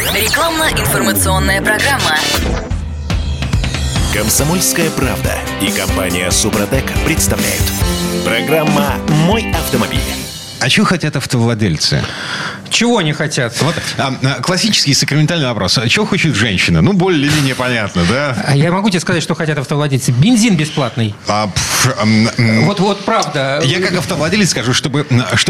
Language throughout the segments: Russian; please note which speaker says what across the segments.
Speaker 1: Рекламно-информационная программа.
Speaker 2: «Комсомольская правда» и компания «Супротек» представляют. Программа «Мой автомобиль».
Speaker 3: А чего хотят автовладельцы?
Speaker 4: Чего не хотят?
Speaker 3: Вот классический сакраментальный вопрос. А чего хочет женщина? Ну, более-менее понятно, да?
Speaker 4: А я могу тебе сказать, что хотят автовладельцы. Бензин бесплатный. Вот правда.
Speaker 3: Я как автовладелец скажу, чтобы...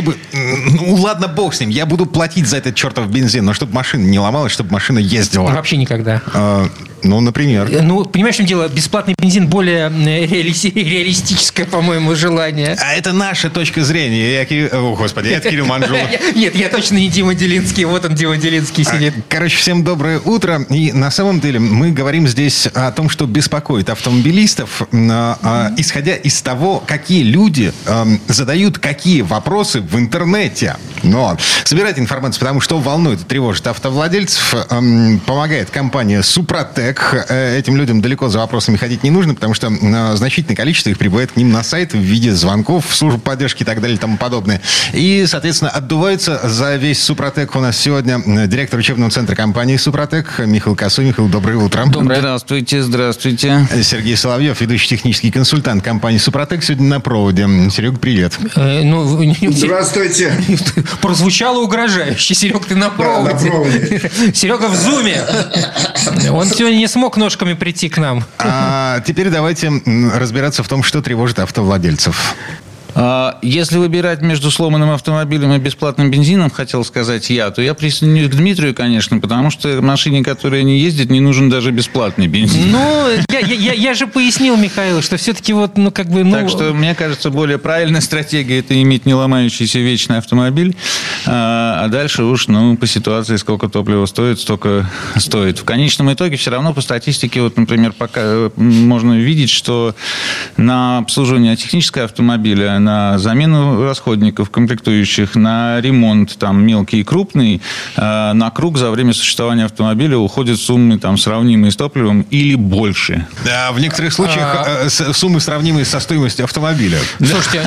Speaker 3: Ну, ладно, бог с ним. Я буду платить за этот чертов бензин, но чтобы машина не ломалась, чтобы машина ездила.
Speaker 4: Вообще никогда.
Speaker 3: Ну, например.
Speaker 4: Ну, понимаешь, в чем дело? Бесплатный бензин более реалистическое, по-моему, желание.
Speaker 3: А это наша точка зрения. Господи, это Кирилл Манжулов.
Speaker 4: Нет, я точно не Дима Делинский. Вот он, Дима Делинский сидит.
Speaker 3: Короче, всем доброе утро. И на самом деле мы говорим здесь о том, что беспокоит автомобилистов, исходя из того, какие люди задают какие вопросы в интернете. Но собирать информацию, потому что волнует и тревожит автовладельцев, помогает компания «Супротек». Этим людям далеко за вопросами ходить не нужно, потому что значительное количество их прибывает к ним на сайт в виде звонков, в службу поддержки и так далее и тому подобное. И, соответственно, отдувается за весь «Супротек» у нас сегодня директор учебного центра компании «Супротек» Михаил Косой. Михаил, доброе утро.
Speaker 5: Здравствуйте.
Speaker 3: Сергей Соловьев, ведущий технический консультант компании «Супротек», сегодня на проводе. Серега, привет.
Speaker 6: Здравствуйте.
Speaker 4: Прозвучало угрожающе. Серег, ты на проводе.
Speaker 6: Да, на проводе.
Speaker 4: Серега в зуме. Он сегодня не смог ножками прийти к нам.
Speaker 3: А теперь давайте разбираться в том, что тревожит автовладельцев.
Speaker 5: Если выбирать между сломанным автомобилем и бесплатным бензином, хотел сказать я, то я присоединюсь к Дмитрию, конечно, потому что машине, которая не ездит, не нужен даже бесплатный бензин.
Speaker 4: Ну, я же пояснил, Михаил, что все-таки вот,
Speaker 5: Так что, мне кажется, более правильная стратегия – это иметь не ломающийся вечный автомобиль, а дальше уж, по ситуации, сколько топлива стоит, столько стоит. В конечном итоге все равно по статистике, вот, например, пока можно видеть, что на обслуживание технического автомобиля, на замену расходников, комплектующих, на ремонт там, мелкий и крупный, на круг за время существования автомобиля уходят суммы, там, сравнимые с топливом или больше.
Speaker 3: Да, в некоторых случаях суммы, сравнимые со стоимостью автомобиля.
Speaker 4: Слушайте,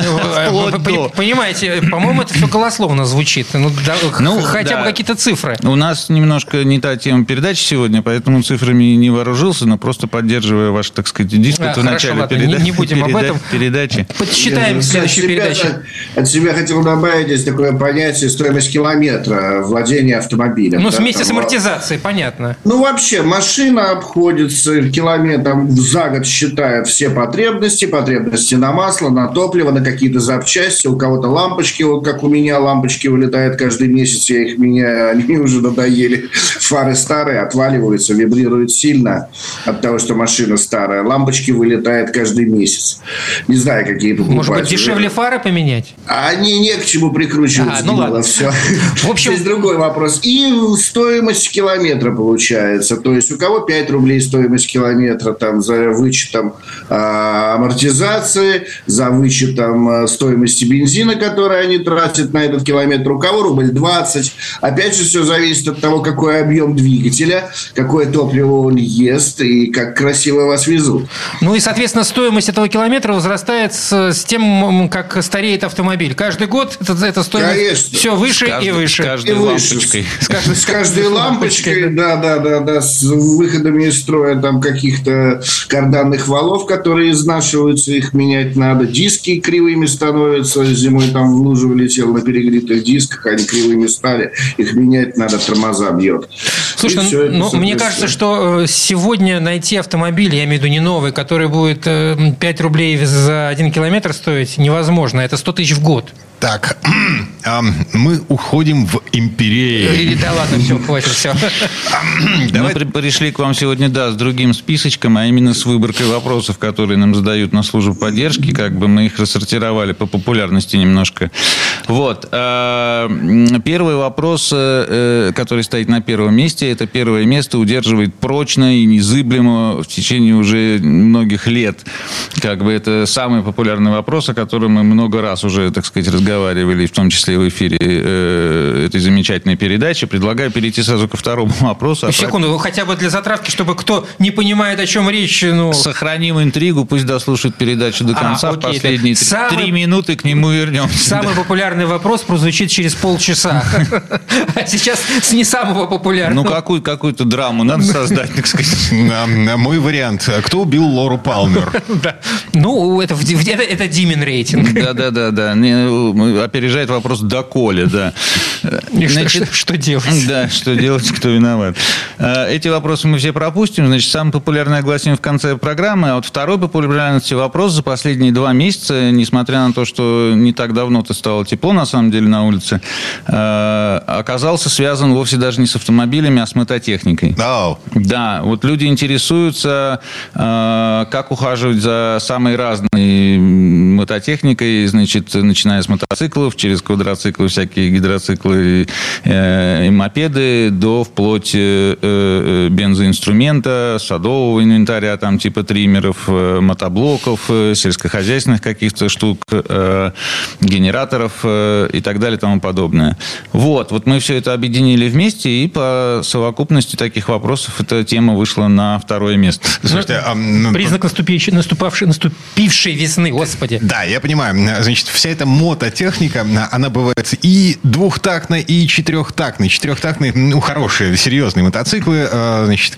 Speaker 4: понимаете, по-моему, это все голословно звучит. Хотя бы какие-то цифры.
Speaker 5: У нас немножко не та тема передачи сегодня, поэтому цифрами не вооружился, но просто поддерживая ваш, так сказать, диспут в начале
Speaker 4: не будем об этом.
Speaker 5: Передачи.
Speaker 4: Подсчитаем следующую передачу.
Speaker 6: От себя хотел добавить здесь такое понятие стоимость километра владения автомобилем.
Speaker 4: Вместе с амортизацией, понятно.
Speaker 6: Вообще, машина обходится километром за год, считая все потребности на масло, на топливо, на какие-то запчасти. У кого-то лампочки, вот как у меня лампочки вылетают каждый месяц, я их меняю, они уже надоели. Фары старые, отваливаются, вибрируют сильно от того, что машина старая. Лампочки вылетают каждый месяц. Не знаю, какие покупать.
Speaker 4: Может быть, дешевле фары поменять?
Speaker 6: Они не к чему прикручиваться.
Speaker 4: Ладно.
Speaker 6: Все.
Speaker 4: В общем...
Speaker 6: Здесь другой вопрос. И стоимость километра получается. То есть, у кого 5 рублей стоимость километра там, за вычетом амортизации, за вычетом стоимости бензина, который они тратят на этот километр. У кого рубль 20. Опять же, все зависит от того, какой объем двигателя, какое топливо он ест и как красиво вас везут.
Speaker 4: И, соответственно, стоимость этого километра возрастает с тем, как стареет автомобиль. Каждый год эта стоимость, конечно, все выше и выше.
Speaker 5: С каждой лампочкой.
Speaker 6: С каждой лампочкой, да, с выходами из строя там каких-то карданных валов, которые изнашиваются, их менять надо. Диски кривыми становятся. Зимой там в лужу влетел на перегретых дисках, они кривыми стали. Их менять надо, тормоза бьет.
Speaker 4: Слушай, мне кажется, что сегодня найти автомобиль, я имею в виду не новый, который будет 5 рублей за 1 километр стоить, невозможно. Это 100 тысяч в год.
Speaker 3: Так, мы уходим в империю.
Speaker 4: Да ладно, все, хватит, все.
Speaker 5: Мы пришли к вам сегодня, с другим списочком, а именно с выборкой вопросов, которые нам задают на службу поддержки. Как бы мы их рассортировали по популярности немножко. Вот. Первый вопрос, который стоит на первом месте, это первое место удерживает прочно и незыблемо в течение уже многих лет. Как бы это самый популярный вопрос, о котором мы много раз уже, так сказать, разговаривали, в том числе в эфире этой замечательной передачи. Предлагаю перейти сразу ко второму вопросу.
Speaker 4: Секунду, хотя бы для затравки, чтобы кто не понимает, о чем речь.
Speaker 5: Сохраним интригу, пусть дослушает передачу до конца.
Speaker 4: Окей,
Speaker 5: в последние 3 минуты к нему вернемся.
Speaker 4: Самый популярный вопрос прозвучит через полчаса. А сейчас с не самого популярного
Speaker 5: какую-то драму надо создать, так сказать.
Speaker 3: Мой вариант. Кто убил Лору Палмер?
Speaker 4: Ну, это Димин рейтинг.
Speaker 5: Да. Опережает вопрос доколе, да.
Speaker 4: Что делать?
Speaker 5: Да, что делать, кто виноват. Эти вопросы мы все пропустим. Значит, самый популярный огласим в конце программы. А вот второй по популярности вопрос за последние 2 месяца, несмотря на то, что не так давно-то стало тепло, на самом деле, на улице, оказался связан вовсе даже не с автомобилями, а с мототехникой. Да, вот люди интересуются, как ухаживать за самой разной мототехникой, значит, начиная с мотоциклов, через квадроциклы, всякие гидроциклы и мопеды, до вплоть бензоинструмента, садового инвентаря, там типа триммеров, мотоблоков, сельскохозяйственных каких-то штук, генераторов и так далее и тому подобное. Вот мы все это объединили вместе, и по совокупности таких вопросов эта тема вышла на 2-е место.
Speaker 3: Слушайте,
Speaker 4: признак наступившей весны, господи.
Speaker 3: Да, я понимаю. Значит, вся эта мототехника, она бывает и двухтактной, и четырехтактной. Четырехтактные, хорошие, серьезные мотоциклы, значит,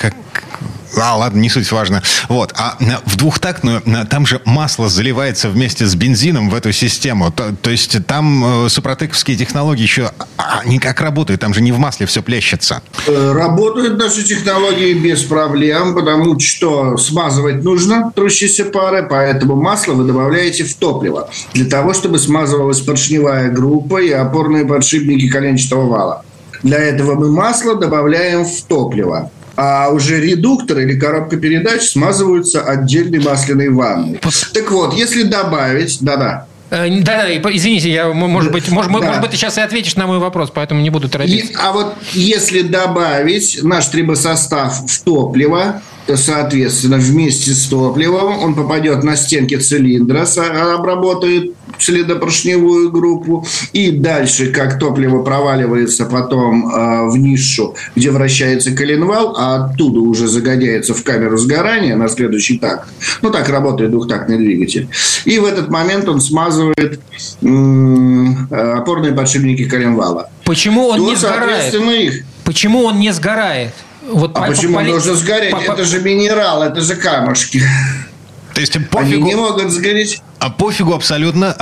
Speaker 3: ладно, не суть важно. Вот. А в двухтактную там же масло заливается вместе с бензином в эту систему. То есть там супротековские технологии еще они как работают? Там же не в масле все плещется.
Speaker 6: Работают наши технологии без проблем, потому что смазывать нужно трущиеся пары, поэтому масло вы добавляете в топливо для того, чтобы смазывалась поршневая группа и опорные подшипники коленчатого вала. Для этого мы масло добавляем в топливо. А уже редуктор или коробка передач смазываются отдельной масляной ванной. Так вот, если добавить... Да,
Speaker 4: извините, может быть, ты сейчас и ответишь на мой вопрос, поэтому не буду торопиться.
Speaker 6: А вот если добавить наш трибосостав в топливо, то, соответственно, вместе с топливом он попадет на стенки цилиндра, обработает цилиндропоршневую группу, и дальше, как топливо проваливается потом в нишу, где вращается коленвал, а оттуда уже загоняется в камеру сгорания на следующий такт. Так работает двухтактный двигатель. И в этот момент он смазывает опорные подшипники коленвала.
Speaker 4: Почему он не сгорает? Почему он не сгорает?
Speaker 6: Почему должен сгореть? Это же минерал, это же камушки.
Speaker 3: То есть
Speaker 6: они не могут сгореть.
Speaker 3: А пофигу абсолютно,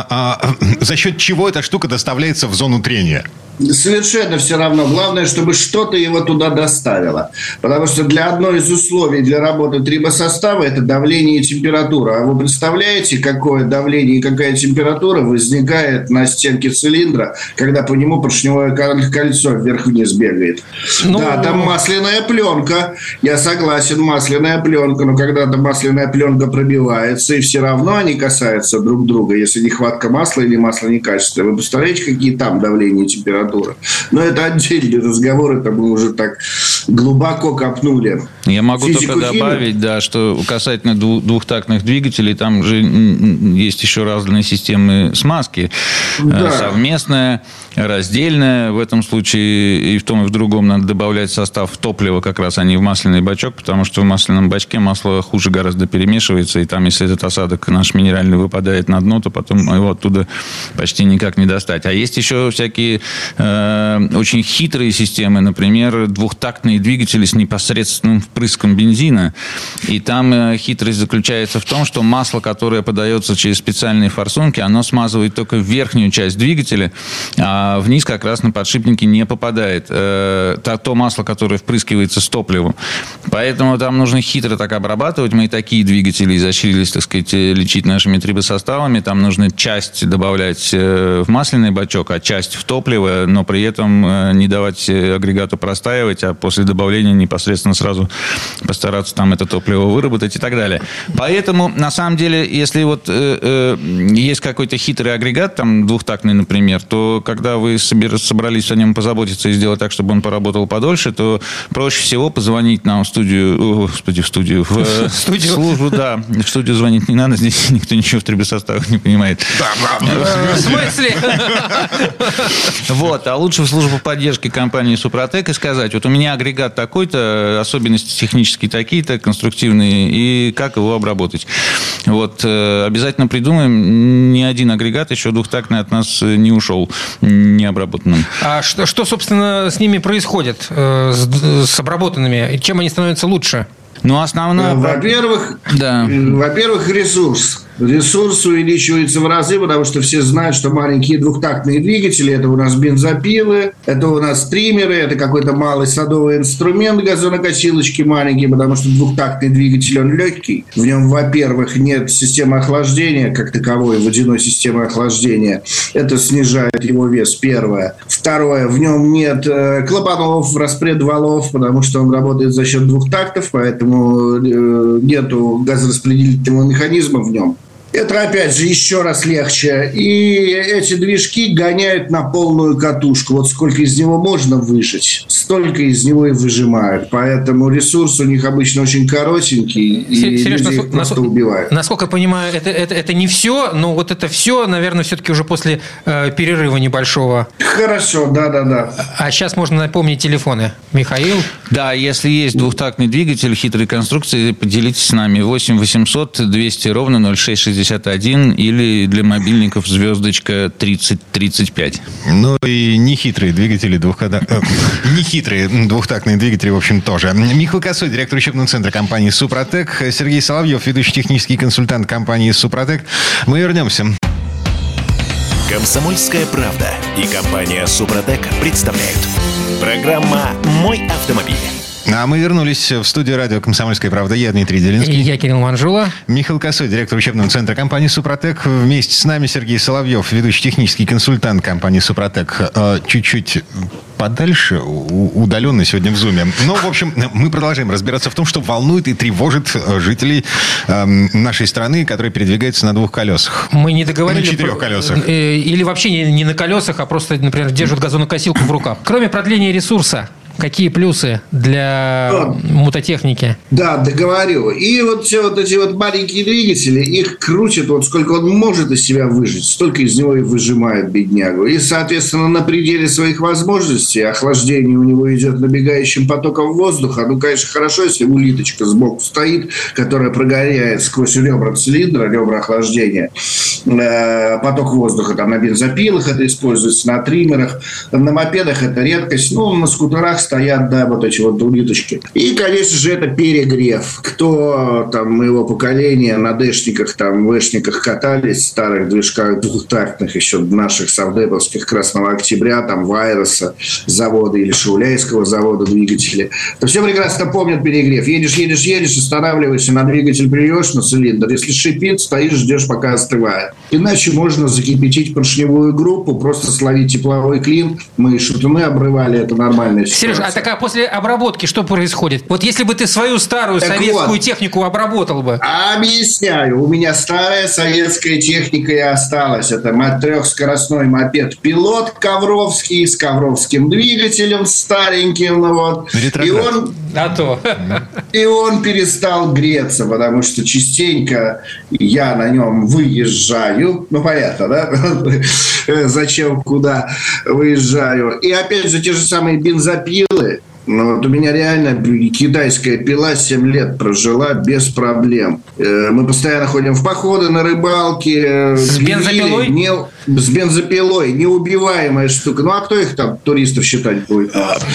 Speaker 3: за счет чего эта штука доставляется в зону трения?
Speaker 6: Совершенно все равно. Главное, чтобы что-то его туда доставило. Потому что для одной из условий для работы трибосостава это давление и температура. А вы представляете, какое давление и какая температура возникает на стенке цилиндра, когда по нему поршневое кольцо вверх-вниз бегает? Да, там масляная пленка. Я согласен, масляная пленка. Но когда эта масляная пленка пробивается, и все равно они касаются друг друга, если нехватка масла или масло некачественное. Вы представляете, какие там давления и температура? Но это отдельный разговор, это мы уже так глубоко копнули.
Speaker 5: Я могу только добавить, да, что касательно двухтактных двигателей, там же есть еще разные системы смазки. Да. Совместная, раздельная. В этом случае и в том, и в другом надо добавлять состав топлива как раз, а не в масляный бачок, потому что в масляном бачке масло хуже гораздо перемешивается, и там, если этот осадок наш минеральный выпадает на дно, то потом его оттуда почти никак не достать. А есть еще всякие очень хитрые системы, например, двухтактные двигатели с непосредственным впрыском бензина. И там хитрость заключается в том, что масло, которое подается через специальные форсунки, оно смазывает только верхнюю часть двигателя, а вниз как раз на подшипники не попадает то масло, которое впрыскивается с топливом. Поэтому там нужно хитро так обрабатывать. Мы и такие двигатели изощрились, так сказать, лечить нашими трибосоставами. Там нужно часть добавлять в масляный бачок, а часть в топливо, но при этом не давать агрегату простаивать, а после добавления непосредственно сразу постараться там это топливо выработать и так далее. Поэтому, на самом деле, если вот есть какой-то хитрый агрегат, там двухтактный, например, то когда вы собрались о нем позаботиться и сделать так, чтобы он поработал подольше, то проще всего позвонить нам в студию, в службу, да, в студию звонить не надо, здесь никто ничего в трибосоставах не понимает.
Speaker 4: В смысле?
Speaker 5: Вот, а лучше в службу поддержки компании «Супротек» и сказать, вот у меня агрегат агрегат такой-то, особенности технические такие-то, конструктивные, и как его обработать. Вот. Обязательно придумаем. Ни один агрегат еще двухтактный от нас не ушел необработанным.
Speaker 4: А что, собственно, с ними происходит, с обработанными? Чем они становятся лучше?
Speaker 5: Ну, основное...
Speaker 6: Во-первых, ресурс. Ресурс увеличивается в разы, потому что все знают, что маленькие двухтактные двигатели – это у нас бензопилы, это у нас триммеры, это какой-то малый садовый инструмент, газонокосилочки маленькие, потому что двухтактный двигатель, он легкий. В нем, во-первых, нет системы охлаждения, как таковой, водяной системы охлаждения. Это снижает его вес, первое. Второе, в нем нет клапанов, распред валов, потому что он работает за счет двух тактов, поэтому нету газораспределительного механизма в нем. Это, опять же, еще раз легче. И эти движки гоняют на полную катушку. Вот сколько из него можно выжать, столько из него и выжимают. Поэтому ресурс у них обычно очень коротенький, и
Speaker 4: Сереж,
Speaker 6: люди их просто убивают.
Speaker 4: Насколько я понимаю, это не все, но вот это все, наверное, все-таки уже после перерыва небольшого.
Speaker 6: Хорошо, да.
Speaker 4: А сейчас можно напомнить телефоны. Михаил?
Speaker 5: Да, если есть двухтактный двигатель хитрой конструкции, поделитесь с нами. 8 800 200 ровно 0661 или для мобильников звездочка 3035.
Speaker 3: Ну и нехитрые двигатели нехитрые двухтактные двигатели, в общем, тоже. Михаил Косой, директор учебного центра компании «Супротек». Сергей Соловьев, ведущий технический консультант компании «Супротек». Мы вернемся.
Speaker 2: «Комсомольская правда» и компания «Супротек» представляют. Программа «Мой автомобиль».
Speaker 3: А мы вернулись в студию радио «Комсомольская правда». Я Дмитрий Делинский.
Speaker 4: И я Кирилл Манжула.
Speaker 3: Михаил Косой, директор учебного центра компании «Супротек». Вместе с нами Сергей Соловьев, ведущий технический консультант компании «Супротек». Чуть-чуть подальше, удаленно сегодня в Зуме. Но, в общем, мы продолжаем разбираться в том, что волнует и тревожит жителей нашей страны, которые передвигаются на двух колесах.
Speaker 4: Мы не договорили...
Speaker 3: На четырех колесах.
Speaker 4: Или вообще не на колесах, а просто, например, держат газонокосилку в руках. Кроме продления ресурса, какие плюсы для мототехники? Да,
Speaker 6: договорю. И вот все вот эти вот маленькие двигатели, их крутят, вот сколько он может из себя выжить, столько из него и выжимает беднягу. И, соответственно, на пределе своих возможностей охлаждение у него идет набегающим потоком воздуха. Ну, конечно, хорошо, если улиточка сбоку стоит, которая прогоряет сквозь ребра цилиндра, ребра охлаждения, поток воздуха. Там на бензопилах это используется, на триммерах, на мопедах это редкость. Ну, на скутерах стоят, да, вот эти вот улиточки. И, конечно же, это перегрев. Кто там моего поколения на дэшниках, там, вэшниках катались, в старых движках двухтактных, еще наших совдеповских Красного Октября, там, Вайроса завода или Шауляйского завода двигатели, то все прекрасно помнят перегрев. Едешь, останавливаешься, на двигатель плюешь, на цилиндр. Если шипит, стоишь, ждешь, пока остывает. Иначе можно закипятить поршневую группу, просто словить тепловой клин. Мы шатуны обрывали, это нормальная ситуация.
Speaker 4: А так, после обработки что происходит? Вот если бы ты свою старую советскую технику обработал бы.
Speaker 6: Объясняю. У меня старая советская техника и осталась. Это трехскоростной мопед «Пилот» ковровский, с ковровским двигателем стареньким. Вот. И он перестал греться, потому что частенько я на нем выезжаю. Ну, понятно, да? Зачем, куда выезжаю. И опять же, те же самые бензопилы. Ну, вот у меня реально китайская пила 7 лет прожила без проблем. Мы постоянно ходим в походы, на рыбалки.
Speaker 4: С бензопилой?
Speaker 6: С бензопилой. Неубиваемая штука. Ну, а кто их там, туристов, считать будет?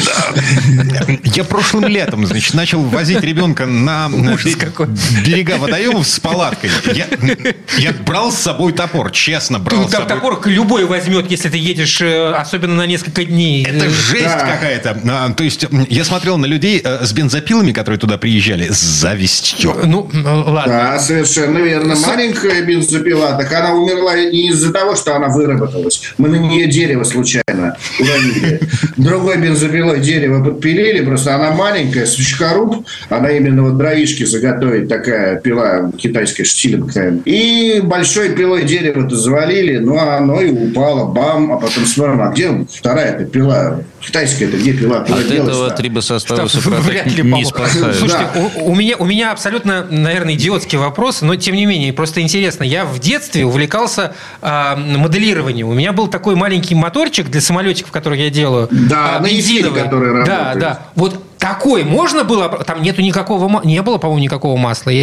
Speaker 3: Я прошлым летом, значит, начал возить ребенка на берега водоемов с палаткой. Я брал с собой топор, честно брал с собой.
Speaker 4: Топор любой возьмет, если ты едешь, особенно на несколько дней.
Speaker 3: Это жесть какая-то. То есть я смотрел на людей с бензопилами, которые туда приезжали, с завистью.
Speaker 4: Ну, ладно.
Speaker 6: Да, совершенно верно. Маленькая бензопила, так она умерла не из-за того, что она выработалась. Мы на нее дерево случайно уронили. Другой бензопилой дерево подпилили, просто она маленькая, сучкоруб, она именно вот дровишки заготовить, такая пила китайская, штилем какая-то. И большой пилой дерево-то завалили, ну, оно и упало, бам, а потом смотрим, а где вторая-то пила? Китайская-то где пила?
Speaker 5: От этого трибосостава
Speaker 4: вряд ли не спасает. Слушайте, у меня абсолютно, наверное, идиотский вопрос, но тем не менее, просто интересно. Я в детстве увлекался моделированием. У меня был такой маленький моторчик для самолетиков, который я делаю.
Speaker 6: Да, на эфире, который работает.
Speaker 4: Да. Вот Такой можно было? Там нету никакого, не было, по-моему, никакого масла.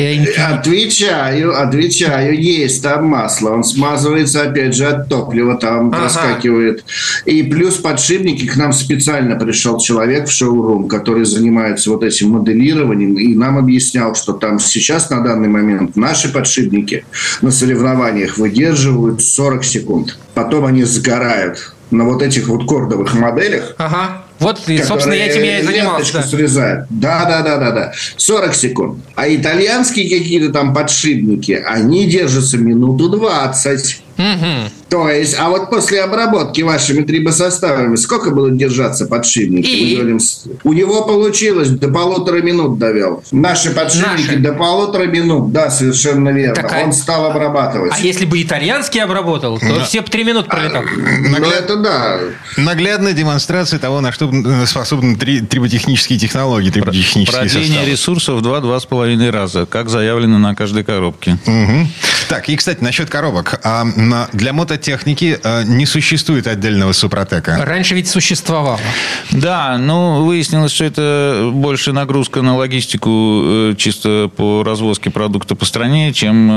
Speaker 6: Отвечаю, есть там масло. Он смазывается, опять же, от топлива, там проскакивает. И плюс подшипники, к нам специально пришел человек в шоурум, который занимается вот этим моделированием, и нам объяснял, что там сейчас, на данный момент, наши подшипники на соревнованиях выдерживают 40 секунд. Потом они сгорают на вот этих вот кордовых моделях.
Speaker 4: Вот, собственно, этим я и занимался.
Speaker 6: Срезают. Да. 40 секунд. А итальянские какие-то там подшипники, они держатся минуту 20. То есть, а вот после обработки вашими трибосоставами сколько будут держаться подшипники? У него получилось до 1,5 минут довел. Наши подшипники до 1,5 минут, да, совершенно верно. Он стал обрабатывать.
Speaker 4: А если бы итальянский обработал, то все бы 3 минуты пролетал.
Speaker 6: Это да.
Speaker 3: Наглядная демонстрация того, на что способны триботехнические технологии, триботехнические составы.
Speaker 5: Продление ресурсов 2-2,5 раза, как заявлено на каждой коробке.
Speaker 3: Так, и, кстати, насчет коробок. Для мототехники не существует отдельного Супротека.
Speaker 4: Раньше ведь существовало.
Speaker 5: Да, выяснилось, что это больше нагрузка на логистику чисто по развозке продукта по стране, чем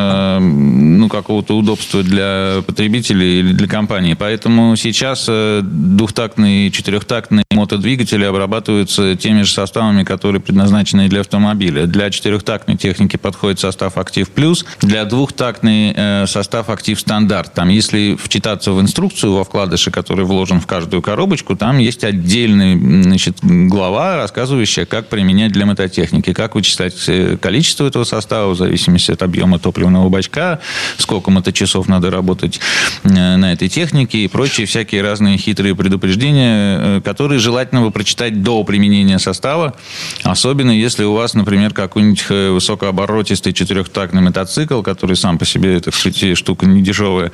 Speaker 5: какого-то удобства для потребителей или для компании. Поэтому сейчас двухтактные и четырехтактные мотодвигатели обрабатываются теми же составами, которые предназначены для автомобиля. Для четырехтактной техники подходит состав «Актив Плюс», для двухтактный состав «Актив Стандарт». Там, если вчитаться в инструкцию во вкладыше, который вложен в каждую коробочку, там есть отдельная глава, рассказывающая, как применять для мототехники, как вычислять количество этого состава в зависимости от объема топливного бачка, сколько моточасов надо работать на этой технике и прочие всякие разные хитрые предупреждения, которые желательно бы прочитать до применения состава, особенно если у вас, например, какой-нибудь высокооборотистый четырехтактный мотоцикл, который сам по себе, так сказать, штука недешевая.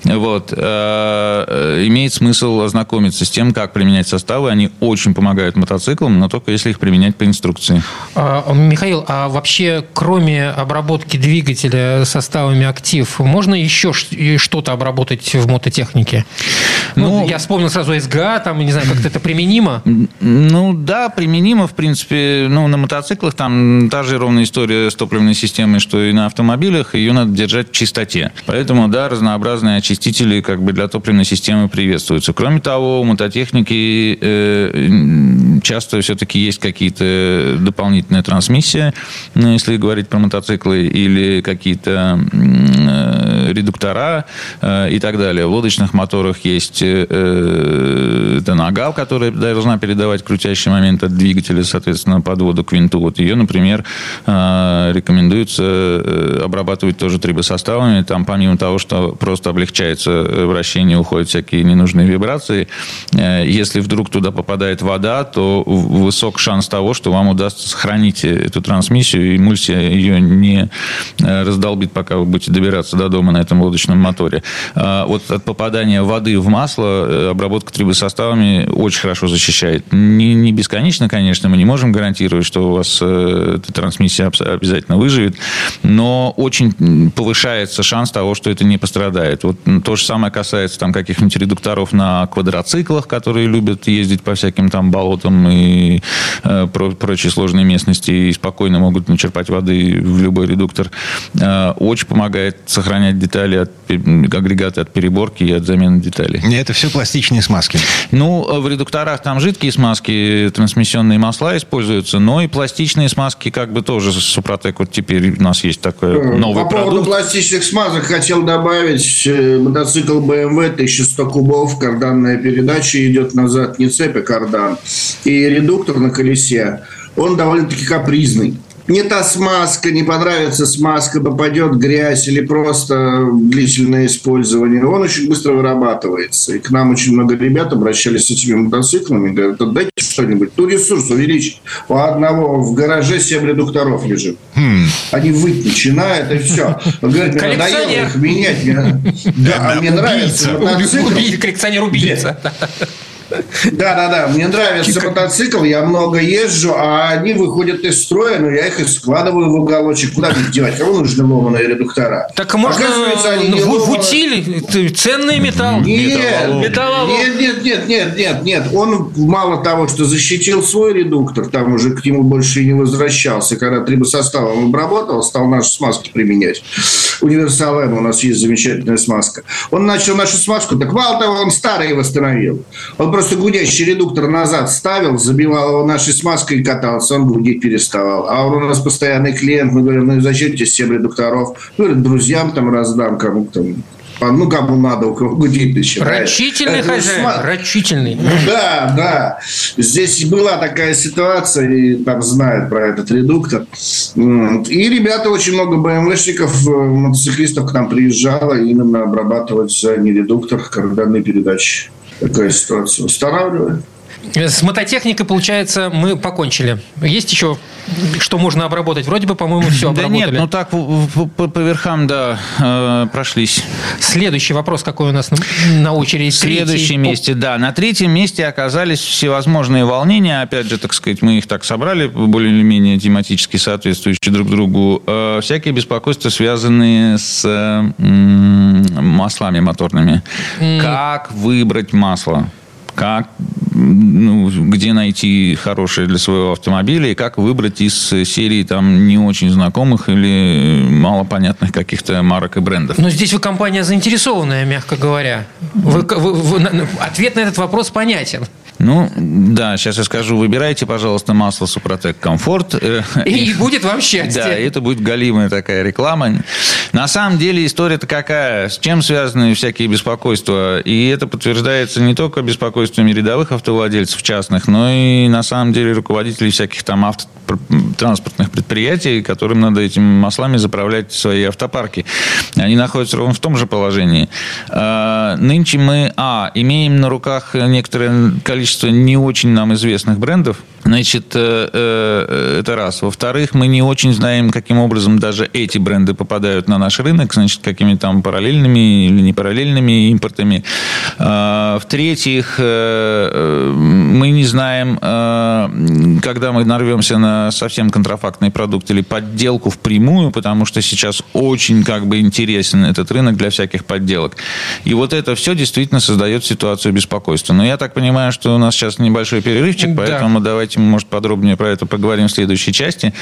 Speaker 5: Имеет смысл ознакомиться с тем, как применять составы. Они очень помогают мотоциклам, но только если их применять по инструкции.
Speaker 4: Михаил, а вообще, кроме обработки двигателя составами «Актив», можно еще что-то обработать в мототехнике? Я вспомнил сразу СГА, там, не знаю, как-то это применимо?
Speaker 5: Да, применимо, в принципе. На мотоциклах там та же ровная история с топливной системой, что и на автомобилях. Ее надо держать в чистоте. Поэтому, да, разнообразные очистители для топливной системы приветствуются. Кроме того, у мототехники часто все-таки есть какие-то дополнительные трансмиссии, если говорить про мотоциклы, или какие-то редуктора и так далее. В лодочных моторах есть нога, которая должна передавать крутящий момент от двигателя, соответственно, подводу к винту. Вот ее, например, рекомендуется обрабатывать тоже трибосоставами. Там, помимо того, что просто облегчается вращение, уходят всякие ненужные вибрации. Если вдруг туда попадает вода, то высок шанс того, что вам удастся сохранить эту трансмиссию, и эмульсия ее не раздолбит, пока вы будете добираться до дома на этом лодочном моторе. Вот от попадания воды в масло обработка трибосоставами очень хорошо защищает. Не бесконечно, конечно, мы не можем гарантировать, что у вас эта трансмиссия обязательно выживет, но очень повышается шанс того, что это не пострадает. Вот то же самое касается там каких-нибудь редукторов на квадроциклах, которые любят ездить по всяким там болотам и прочей сложной местности и спокойно могут начерпать воды в любой редуктор. Очень помогает сохранять детали, агрегаты от переборки и от замены деталей.
Speaker 3: Это все пластичные смазки.
Speaker 5: В редукторах там жидкие смазки, трансмиссионные масла используются, но и пластичные смазки тоже Супротек. Вот теперь у нас есть такой новый продукт.
Speaker 6: По поводу пластичных смазок хотел добавить. Мотоцикл BMW 1100 кубов, карданная передача идет назад, не цепь, а кардан. И редуктор на колесе, он довольно-таки капризный. Не та смазка, не понравится смазка, попадет грязь или просто длительное использование. Он очень быстро вырабатывается. И к нам очень много ребят обращались с этими мотоциклами. Говорят, отдайте что-нибудь. Ресурс увеличить. У одного в гараже 7 редукторов лежит. Они выть начинают, и все. Он говорит, мне надоело их менять. Да, мне нравится мотоцикл.
Speaker 4: Коллекционер убийца.
Speaker 6: Да. Мне нравится мотоцикл, я много езжу, а они выходят из строя, но я их и складываю в уголочек. Куда их девать? Кому нужны ломаные редуктора?
Speaker 4: Так можно в утиль, ценный металл.
Speaker 6: Нет. Он мало того, что защитил свой редуктор, там уже к нему больше и не возвращался. Когда трибосоставом обработал, стал наши смазки применять. Универсал М, у нас есть замечательная смазка. Он начал нашу смазку, так мало того, он старый восстановил. Он просто гудящий редуктор назад ставил, забивал его нашей смазкой и катался, он гудеть переставал. А он у нас постоянный клиент, мы говорим, ну зачем тебе 7 редукторов? Говорит, друзьям там раздам, кому-то там. Ну, кому надо, у кого гудит начинает.
Speaker 4: Рачительный хозяин, рачительный.
Speaker 6: Да. Здесь была такая ситуация, и там знают про этот редуктор. И ребята, очень много БМВшников, мотоциклистов к нам приезжало именно обрабатывать не редуктор, карданные передачи. Такая ситуация. Устанавливаем.
Speaker 4: С мототехникой, получается, мы покончили. Есть еще, что можно обработать? Вроде бы, по-моему, все обработали.
Speaker 5: Да нет, так по верхам, прошлись.
Speaker 4: Следующий вопрос, какой у нас на очереди?
Speaker 5: В следующем месте, на третьем месте оказались всевозможные волнения. Опять же, так сказать, мы их так собрали, более или менее тематически соответствующие друг другу. Всякие беспокойства, связанные с маслами моторными. Как выбрать масло? Где найти хорошее для своего автомобиля и как выбрать из серии там не очень знакомых или малопонятных каких-то марок и брендов.
Speaker 4: Но здесь вы компания заинтересованная, мягко говоря. Ответ на этот вопрос понятен.
Speaker 5: Сейчас я скажу, выбирайте, пожалуйста, масло Супротек Комфорт.
Speaker 4: И будет вам счастье.
Speaker 5: Да, это будет галимая такая реклама. На самом деле история-то какая? С чем связаны всякие беспокойства? И это подтверждается не только беспокойствами рядовых автовладельцев частных, но и на самом деле руководителей всяких там транспортных предприятий, которым надо этими маслами заправлять свои автопарки. Они находятся ровно в том же положении. Нынче мы, имеем на руках некоторое количество не очень нам известных брендов. Значит, это раз. Во-вторых, мы не очень знаем, каким образом даже эти бренды попадают на наш рынок, значит, какими там параллельными или непараллельными импортами. В-третьих, мы не знаем, когда мы нарвемся на совсем контрафактный продукт или подделку впрямую, потому что сейчас очень интересен этот рынок для всяких подделок. И вот это все действительно создает ситуацию беспокойства. Но я так понимаю, что у нас сейчас небольшой перерывчик, поэтому давайте, может, подробнее про это поговорим в следующей части.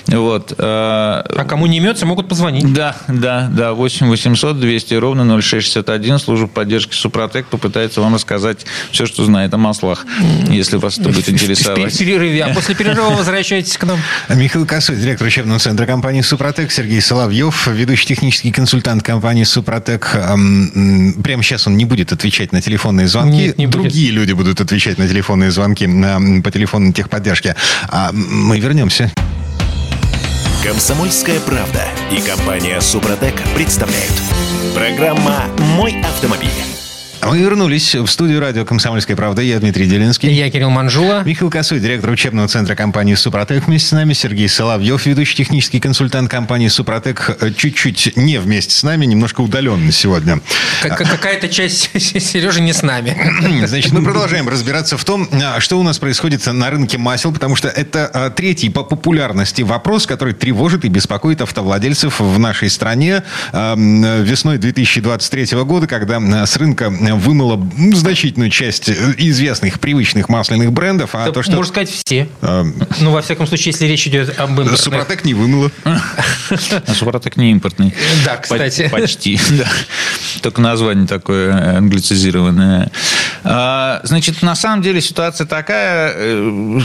Speaker 4: А кому не имется, могут позвонить.
Speaker 5: Да. 8 800 200 ровно 0661. Служба поддержки Супротек попытается вам рассказать все, что знает о маслах, если вас это будет интересовать.
Speaker 4: В перерыве. А после перерыва возвращайтесь к нам.
Speaker 3: Михаил Косой, директор учебного центра компании Супротек, Сергей Соловьев, ведущий технический консультант компании Супротек. Прямо сейчас он не будет отвечать на телефонные звонки.
Speaker 4: Нет,
Speaker 3: другие люди будут отвечать на телефонные звонки по телефону техподдержки. Мы вернемся.
Speaker 2: Комсомольская правда и компания Супротек представляют. Программа «Мой автомобиль».
Speaker 3: Мы вернулись в студию радио «Комсомольская правда». Я Дмитрий Делинский.
Speaker 4: Я Кирилл Манжула.
Speaker 3: Михаил Косой, директор учебного центра компании «Супротек». Вместе с нами Сергей Соловьев, ведущий технический консультант компании «Супротек». Чуть-чуть не вместе с нами, немножко удаленно сегодня.
Speaker 4: Какая-то часть Сережи не с нами.
Speaker 3: Значит, мы продолжаем разбираться в том, что у нас происходит на рынке масел, потому что это третий по популярности вопрос, который тревожит и беспокоит автовладельцев в нашей стране. Весной 2023 года, когда с рынка вымыло значительную часть известных, привычных масляных брендов.
Speaker 4: Можно сказать, все. Во всяком случае, если речь идет об импортных.
Speaker 3: Супротек не вымыло.
Speaker 5: А Супротек не импортный.
Speaker 4: Да, кстати.
Speaker 5: Почти, да. Только название такое англицизированное. Значит, на самом деле ситуация такая,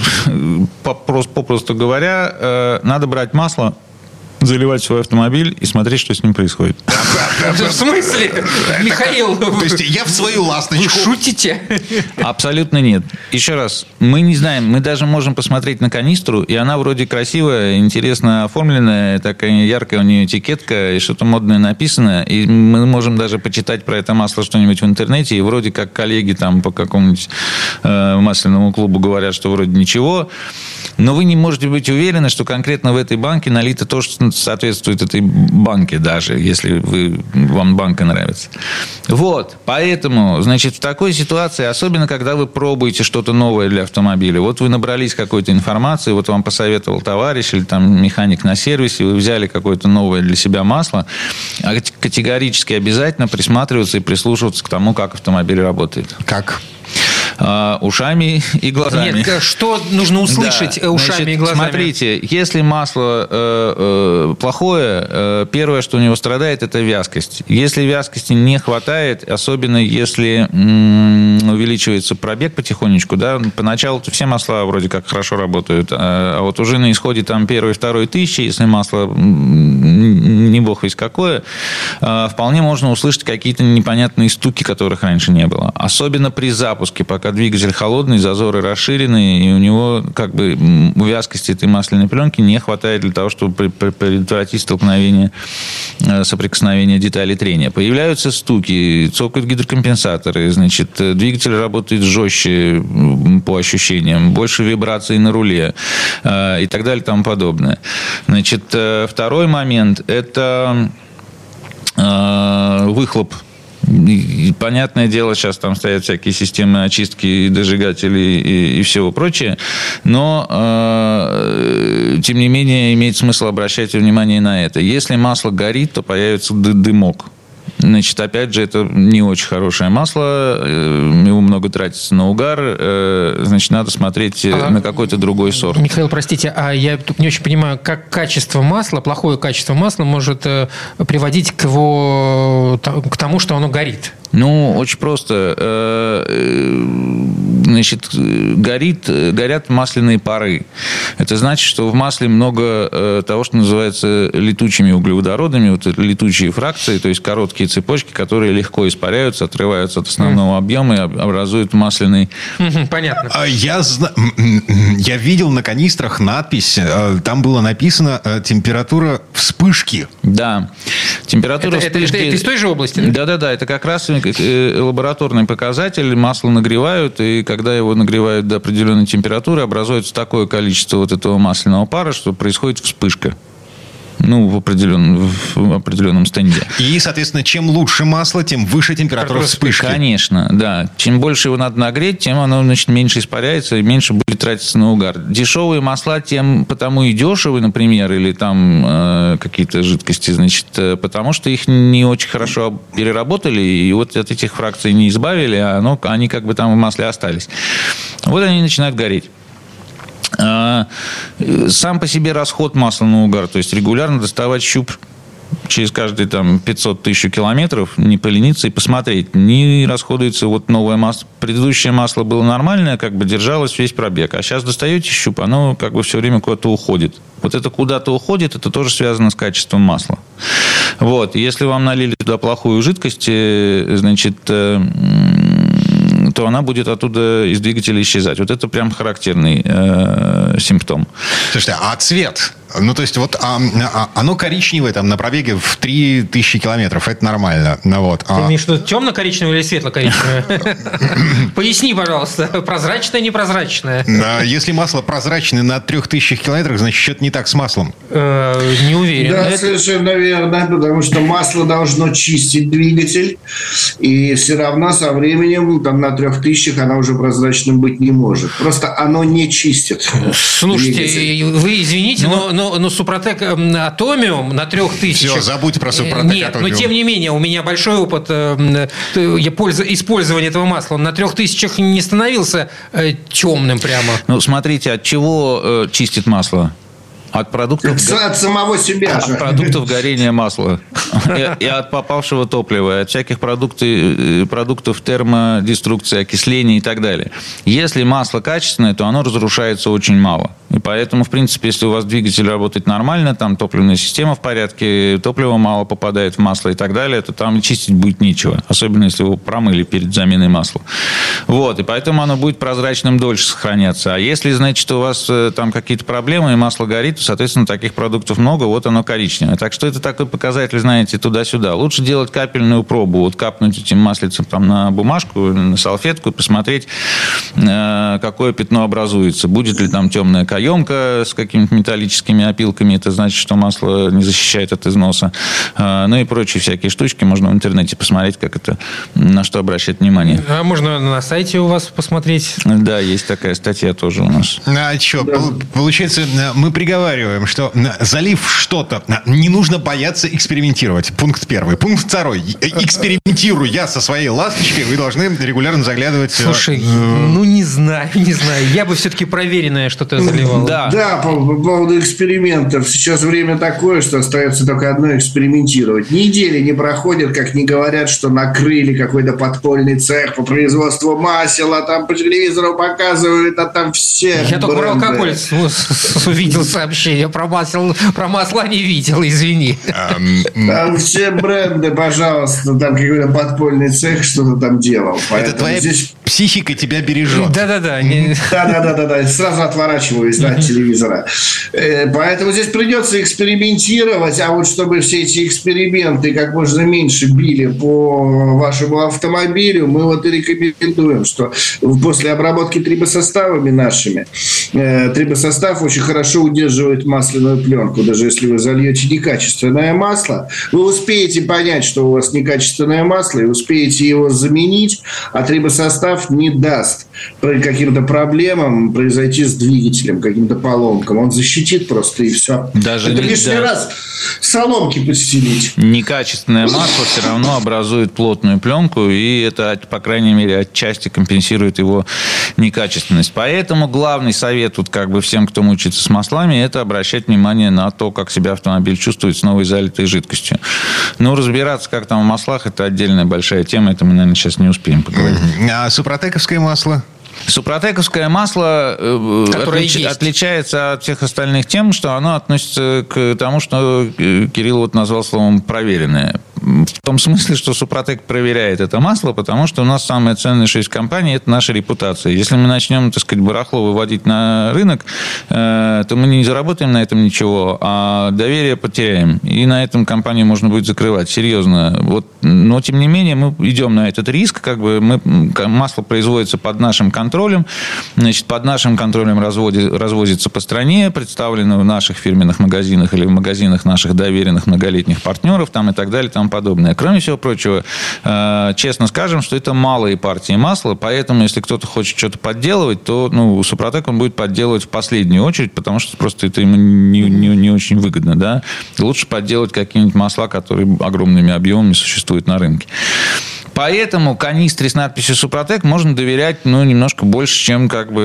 Speaker 5: попросту говоря, надо брать масло, заливать свой автомобиль и смотреть, что с ним происходит.
Speaker 4: В смысле? Михаил,
Speaker 3: то есть я в свою ласточку.
Speaker 4: Вы шутите?
Speaker 5: Абсолютно нет. Еще раз, мы не знаем, мы даже можем посмотреть на канистру, и она вроде красивая, интересно оформленная, такая яркая у нее этикетка, и что-то модное написано, и мы можем даже почитать про это масло что-нибудь в интернете, и вроде как коллеги там по какому-нибудь масляному клубу говорят, что вроде ничего, но вы не можете быть уверены, что конкретно в этой банке налито то, что соответствует этой банке, даже если вы вам банка нравится. Вот. Поэтому, значит, в такой ситуации, особенно когда вы пробуете что-то новое для автомобиля, вот вы набрались какой-то информации, вот вам посоветовал товарищ или там механик на сервисе, вы взяли какое-то новое для себя масло, категорически обязательно присматриваться и прислушиваться к тому, как автомобиль работает.
Speaker 3: Как?
Speaker 5: Ушами и глазами.
Speaker 4: Нет, что нужно услышать ушами и глазами?
Speaker 5: Смотрите, если масло плохое, первое, что у него страдает, это вязкость. Если вязкости не хватает, особенно если увеличивается пробег потихонечку, да, поначалу все масла вроде как хорошо работают, а вот уже на исходе там 1-2 тысячи, если масло не бог весть какое, вполне можно услышать какие-то непонятные стуки, которых раньше не было. Особенно при запуске, пока двигатель холодный, зазоры расширены, и у него как бы вязкости этой масляной пленки не хватает для того, чтобы предотвратить столкновение, соприкосновение деталей трения. Появляются стуки, цокают гидрокомпенсаторы, значит, двигатель работает жестче по ощущениям, больше вибраций на руле и так далее и тому подобное. Значит, второй момент – это выхлоп. И, понятное дело, сейчас там стоят всякие системы очистки, дожигателей и всего прочее, но, тем не менее, имеет смысл обращать внимание на это. Если масло горит, то появится дымок. Значит, опять же, это не очень хорошее масло, его много тратится на угар, значит, надо смотреть на какой-то другой сорт.
Speaker 4: Михаил, простите, а я тут не очень понимаю, как качество масла, плохое качество масла может приводить к тому, что оно горит?
Speaker 5: Ну, очень просто. Значит, горят масляные пары. Это значит, что в масле много того, что называется летучими углеводородами, вот летучие фракции, то есть короткие цепочки, которые легко испаряются, отрываются от основного объема и образуют масляный...
Speaker 4: Понятно.
Speaker 3: Я видел на канистрах надпись, там было написано «температура вспышки».
Speaker 5: Да. Температура вспышки...
Speaker 4: Это из той же области?
Speaker 5: Да. Это как раз лабораторный показатель. Масло нагревают, и когда его нагревают до определенной температуры, образуется такое количество вот этого масляного пара, что происходит вспышка. Ну, в определенном стенде.
Speaker 3: И, соответственно, чем лучше масло, тем выше температура вспышки.
Speaker 5: Конечно, да. Чем больше его надо нагреть, тем оно, значит, меньше испаряется и меньше будет тратиться на угар. Дешевые масла тем потому и дешевые, например, или там какие-то жидкости, значит, потому что их не очень хорошо переработали, и вот от этих фракций не избавили, а они как бы там в масле остались. Вот они начинают гореть. Сам по себе расход масла на угар, то есть регулярно доставать щуп через каждые там 500 тысяч километров, не полениться и посмотреть, не расходуется вот новое масло. Предыдущее масло было нормальное, как бы держалось весь пробег, а сейчас достаете щуп, оно как бы все время куда-то уходит. Вот это куда-то уходит, это тоже связано с качеством масла. Вот, если вам налили туда плохую жидкость, значит, то она будет оттуда из двигателя исчезать. Вот это прям характерный симптом.
Speaker 3: Слушайте, а цвет? Ну, то есть, вот оно коричневое там на пробеге в 3000 километров. Это нормально. Вот.
Speaker 4: Ты имеешь в виду темно-коричневое или светло-коричневое? Поясни, пожалуйста. Прозрачное, непрозрачное?
Speaker 3: Если масло прозрачное на 3000 километрах, значит, что-то не так с маслом.
Speaker 4: Не уверен.
Speaker 6: Да, совершенно верно. Потому что масло должно чистить двигатель. И все равно со временем там, на 3000 оно уже прозрачным быть не может. Просто оно не чистит.
Speaker 4: Слушайте, вы извините, но Супротек Атомиум на 3000...
Speaker 3: Все, забудь про Супротек
Speaker 4: Нет,
Speaker 3: Атомиум.
Speaker 4: но тем не менее, у меня большой опыт использования этого масла. Он на 3000 не становился темным прямо.
Speaker 5: Ну, смотрите, от чего чистит масло? От продуктов...
Speaker 6: От самого себя же.
Speaker 5: От продуктов горения масла. И от попавшего топлива, и от всяких продуктов термодеструкции, окисления и так далее. Если масло качественное, то оно разрушается очень мало. И поэтому, в принципе, если у вас двигатель работает нормально, там топливная система в порядке, топлива мало попадает в масло и так далее, то там чистить будет нечего. Особенно, если вы промыли перед заменой масла. Вот. И поэтому оно будет прозрачным дольше сохраняться. А если, значит, у вас там какие-то проблемы, и масло горит, то, соответственно, таких продуктов много, вот оно коричневое. Так что это такой показатель, знаете, туда-сюда. Лучше делать капельную пробу, вот капнуть этим маслицем там на бумажку, на салфетку, посмотреть, какое пятно образуется. Будет ли там темная каемка, каплеемка с какими-то металлическими опилками. Это значит, что масло не защищает от износа. Ну и прочие всякие штучки. Можно в интернете посмотреть, как это, на что обращать внимание.
Speaker 4: А можно на сайте у вас посмотреть?
Speaker 5: Да, есть такая статья тоже у нас.
Speaker 3: А что, получается, мы приговариваем, что залив что-то, не нужно бояться экспериментировать. Пункт 1. Пункт 2. Экспериментирую я со своей ласточкой, вы должны регулярно заглядывать.
Speaker 4: Слушай, не знаю. Я бы все-таки проверенное что-то заливал.
Speaker 6: Да, по поводу экспериментов. Сейчас время такое, что остается только одно — экспериментировать. Недели не проходят, как не говорят, что накрыли какой-то подпольный цех по производству масел, а там по телевизору показывают, а там все
Speaker 4: Я только про алкоголь увидел сообщение, про масло не видел, извини.
Speaker 6: Там все бренды, пожалуйста, там какой-то подпольный цех что-то там делал.
Speaker 3: Это твоя психика тебя бережет.
Speaker 4: Да.
Speaker 6: Да. Сразу отворачиваюсь от телевизора. Поэтому здесь придется экспериментировать, а вот чтобы все эти эксперименты как можно меньше били по вашему автомобилю, мы вот и рекомендуем, что после обработки трибосоставами нашими, трибосостав очень хорошо удерживает масляную пленку. Даже если вы зальете некачественное масло, вы успеете понять, что у вас некачественное масло, и успеете его заменить, а трибосостав не даст каким-то проблемам произойти с двигателем, каким-то поломкам. Он защитит просто, и все.
Speaker 5: Даже
Speaker 6: это лишний раз соломки подстелить.
Speaker 5: Некачественное масло все равно образует плотную пленку, и это, по крайней мере, отчасти компенсирует его некачественность. Поэтому главный совет вот как бы всем, кто мучается с маслами, это обращать внимание на то, как себя автомобиль чувствует с новой залитой жидкостью. Но разбираться, как там в маслах, это отдельная большая тема, это мы, наверное, сейчас не успеем поговорить.
Speaker 3: А супротековское масло?
Speaker 5: Супротековское масло отличается от всех остальных тем, что оно относится к тому, что Кирилл вот назвал словом «проверенное». В том смысле, что Супротек проверяет это масло, потому что у нас самое ценное, что есть в компании, это наша репутация. Если мы начнем, так сказать, барахло выводить на рынок, то мы не заработаем на этом ничего, а доверие потеряем. И на этом компанию можно будет закрывать. Серьезно. Вот. Но, тем не менее, мы идем на этот риск. Как бы масло производится под нашим контролем. Значит, под нашим контролем развозится по стране, представлено в наших фирменных магазинах или в магазинах наших доверенных многолетних партнеров там, и так далее, там подобное. Кроме всего прочего, честно скажем, что это малые партии масла, поэтому, если кто-то хочет что-то подделывать, то Супротек он будет подделывать в последнюю очередь, потому что просто это ему не очень выгодно. Да? Лучше подделать какие-нибудь масла, которые огромными объемами существуют на рынке. Поэтому канистре с надписью «Супротек» можно доверять немножко больше, чем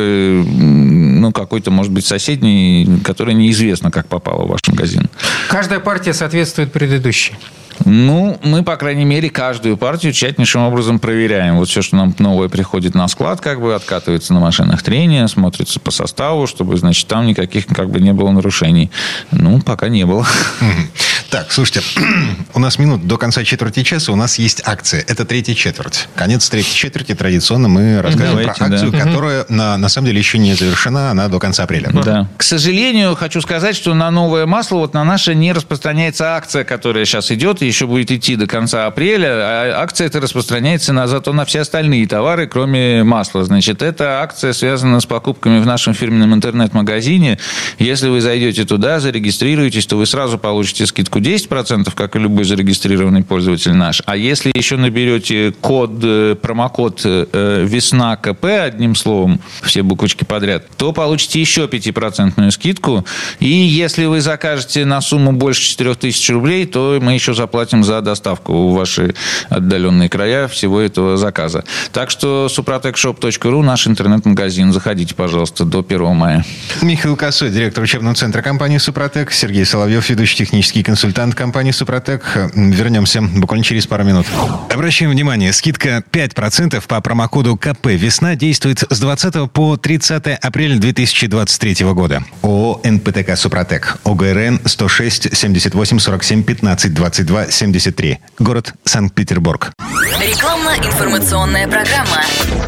Speaker 5: какой-то, может быть, соседний, который неизвестно, как попало в ваш магазин.
Speaker 4: Каждая партия соответствует предыдущей.
Speaker 5: Мы, по крайней мере, каждую партию тщательнейшим образом проверяем. Вот все, что нам новое приходит на склад, откатывается на машинах трения, смотрится по составу, чтобы, значит, там никаких не было нарушений. Пока не было.
Speaker 3: Так, слушайте, у нас минут до конца четверти часа, у нас есть акция. Это третья четверть. Конец третьей четверти. Традиционно мы рассказываем про акцию, которая, на самом деле, еще не завершена. Она до конца апреля.
Speaker 5: Да. К сожалению, хочу сказать, что на новое масло, на наше не распространяется акция, которая сейчас идет, и еще будет идти до конца апреля. А акция эта распространяется зато на все остальные товары, кроме масла. Значит, эта акция связана с покупками в нашем фирменном интернет-магазине. Если вы зайдете туда, зарегистрируетесь, то вы сразу получите скидку 10%, как и любой зарегистрированный пользователь наш. А если еще наберете промокод «Весна КП», одним словом, все буквочки подряд, то получите еще 5% скидку. И если вы закажете на сумму больше 4000 рублей, то мы еще заплатим за доставку в ваши отдаленные края всего этого заказа. Так что suprotecshop.ru, наш интернет-магазин. Заходите, пожалуйста, до 1 мая.
Speaker 3: Михаил Косой, директор учебного центра компании «Супротек». Сергей Соловьев, ведущий технический консультант компании «Супротек». Вернемся буквально через пару минут. Обращаем внимание, скидка 5% по промокоду КП «Весна» действует с 20 по 30 апреля 2023 года. ООО «НПТК Супротек». ОГРН 106 78 47 15 22 73. Город Санкт-Петербург.
Speaker 1: Рекламно-информационная программа.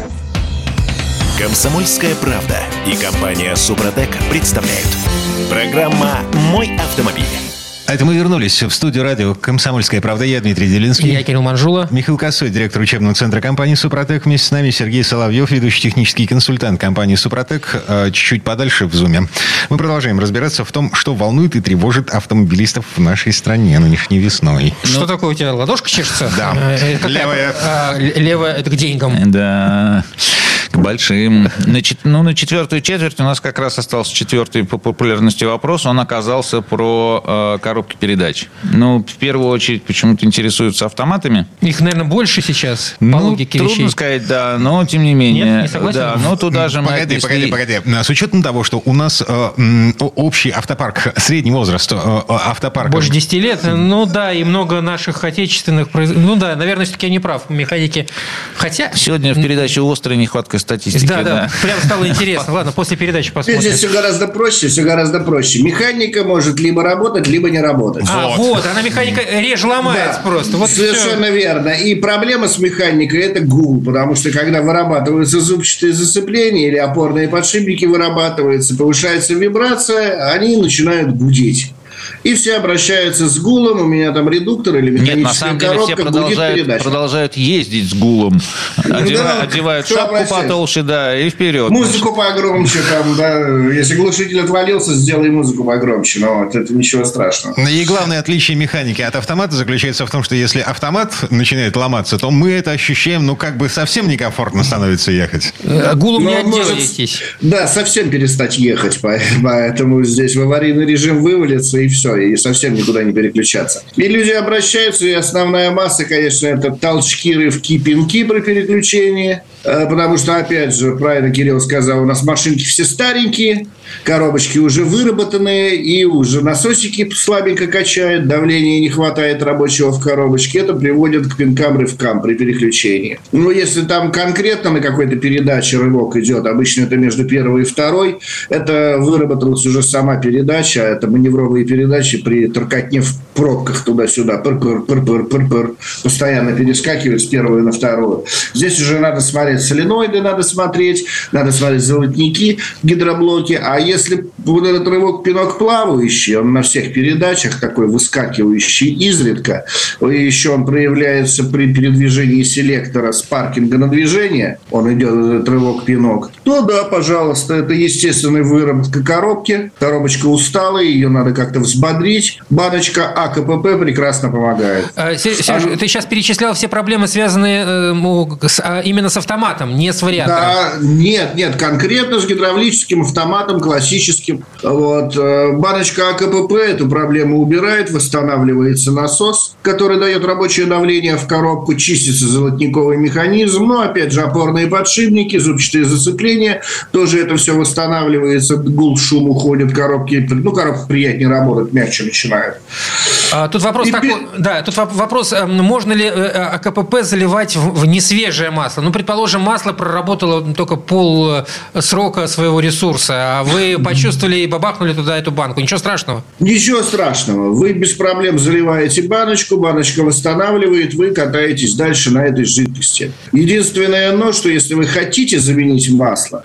Speaker 2: «Комсомольская правда» и компания «Супротек» представляют. Программа «Мой автомобиль».
Speaker 3: А это мы вернулись в студию радио «Комсомольская правда». Я Дмитрий Делинский.
Speaker 4: Я Кирилл Манжула.
Speaker 3: Михаил Косой, директор учебного центра компании «Супротек». Вместе с нами Сергей Соловьев, ведущий технический консультант компании «Супротек». Чуть-чуть подальше в зуме. Мы продолжаем разбираться в том, что волнует и тревожит автомобилистов в нашей стране нынешней весной.
Speaker 4: Что такое у тебя? Ладошка чешется?
Speaker 3: Да.
Speaker 4: Левая. Левая – это к деньгам.
Speaker 5: Да. К большим. На четвертую четверть у нас как раз остался четвертый по популярности вопрос. Он оказался про коробки передач. В первую очередь, почему-то интересуются автоматами.
Speaker 4: Их, наверное, больше сейчас, по логике вещей.
Speaker 5: Трудно сказать, да, но тем не менее.
Speaker 4: Нет, не согласен?
Speaker 5: Да, но туда же мы
Speaker 3: Погоди. С учетом того, что у нас общий автопарк, средний возраст автопарка...
Speaker 4: Больше 10 лет, и много наших отечественных... наверное, все-таки я не прав, механики. Хотя...
Speaker 5: Сегодня в передаче «Острая нехватка статистики».
Speaker 4: Да. Прям стало интересно. Ладно, после передачи посмотрим.
Speaker 6: Здесь все гораздо проще. Механика может либо работать, либо не работать.
Speaker 4: Она механика реже ломается просто. Вот
Speaker 6: совершенно верно. И проблема с механикой – это гул, потому что когда вырабатываются зубчатые зацепления или опорные подшипники вырабатываются, повышается вибрация, они начинают гудеть. И все обращаются с гулом. У меня там редуктор или механическая коробка гудит передача.
Speaker 5: Продолжают ездить с гулом. Одевают шапку потолще, и вперед.
Speaker 6: Музыку погромче. Если глушитель отвалился, сделай музыку погромче. Но это ничего страшного.
Speaker 3: И главное отличие механики от автомата заключается в том, что если автомат начинает ломаться, то мы это ощущаем, совсем некомфортно становится ехать.
Speaker 4: Гулом не отделаетесь.
Speaker 6: Да, совсем перестать ехать. Поэтому здесь в аварийный режим вывалится и все, и совсем никуда не переключаться. И люди обращаются, и основная масса, конечно, это толчки, рывки, пинки при переключении, потому что, опять же, правильно Кирилл сказал, у нас машинки все старенькие, коробочки уже выработанные, и уже насосики слабенько качают, давления не хватает рабочего в коробочке, это приводит к пинкам, рывкам при переключении. Если там конкретно на какой-то передаче рывок идет, обычно это между первой и второй, это выработалась уже сама передача, это маневровые передачи при торкотне в пробках туда-сюда, пыр-пыр, постоянно перескакивать с первой на вторую. Здесь уже надо смотреть соленоиды, надо смотреть золотники, гидроблоки. А если вот этот рывок пинок плавающий, он на всех передачах такой выскакивающий изредка, и еще он проявляется при передвижении селектора с паркинга на движение, он идет, этот рывок пинок, то да, пожалуйста, это естественная выработка коробки. Коробочка устала, ее надо как-то взбодрить. Баночка АКПП прекрасно помогает.
Speaker 4: Сереж, ты сейчас перечислял все проблемы, связанные именно с автоматом, не с вариатором.
Speaker 6: Да, нет, конкретно с гидравлическим автоматом, классическим. Баночка АКПП эту проблему убирает, восстанавливается насос, который дает рабочее давление в коробку, чистится золотниковый механизм, опять же, опорные подшипники, зубчатые зацепления, тоже это все восстанавливается, гул, шум уходит, коробка приятнее работает, мягче начинает.
Speaker 4: Тут вопрос вопрос, можно ли АКПП заливать в несвежее масло? Предположим, масло проработало только пол срока своего ресурса, а вы почувствовали и бабахнули туда эту банку. Ничего страшного?
Speaker 6: Ничего страшного. Вы без проблем заливаете баночка восстанавливает, вы катаетесь дальше на этой жидкости. Единственное, что если вы хотите заменить масло,